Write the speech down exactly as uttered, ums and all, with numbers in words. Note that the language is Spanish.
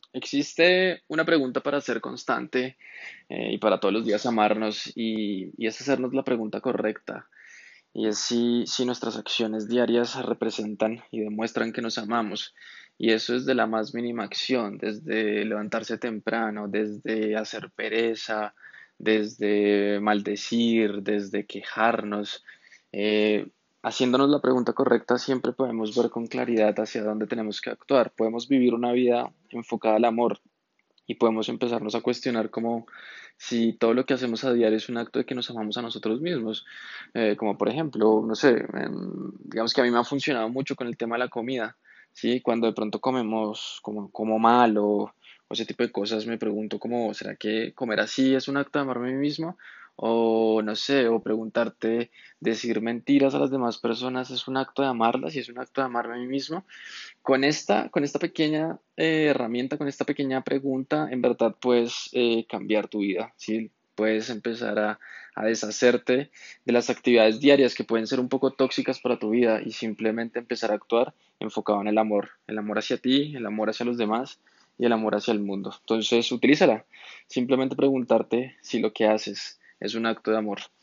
Existe una pregunta para ser constante eh, y para todos los días amarnos y, y es hacernos la pregunta correcta. Y es si, si nuestras acciones diarias representan y demuestran que nos amamos. Y eso es de la más mínima acción, desde levantarse temprano, desde hacer pereza, desde maldecir, desde quejarnos. Eh, Haciéndonos la pregunta correcta, siempre podemos ver con claridad hacia dónde tenemos que actuar. Podemos vivir una vida enfocada al amor y podemos empezarnos a cuestionar como si todo lo que hacemos a diario es un acto de que nos amamos a nosotros mismos. Eh, como por ejemplo, no sé, em, digamos que a mí me ha funcionado mucho con el tema de la comida, ¿sí? Cuando de pronto comemos como, como mal o, o ese tipo de cosas, me pregunto como, ¿será que comer así es un acto de amarme a mí mismo? O no sé, o preguntarte, decir mentiras a las demás personas es un acto de amarlas y es un acto de amarme a mí mismo. Con esta, con esta pequeña eh, herramienta, con esta pequeña pregunta, en verdad puedes eh, cambiar tu vida, ¿sí? Puedes empezar a, a deshacerte de las actividades diarias que pueden ser un poco tóxicas para tu vida y simplemente empezar a actuar enfocado en el amor, el amor hacia ti, el amor hacia los demás y el amor hacia el mundo. Entonces, utilízala. Simplemente preguntarte si lo que haces es un acto de amor.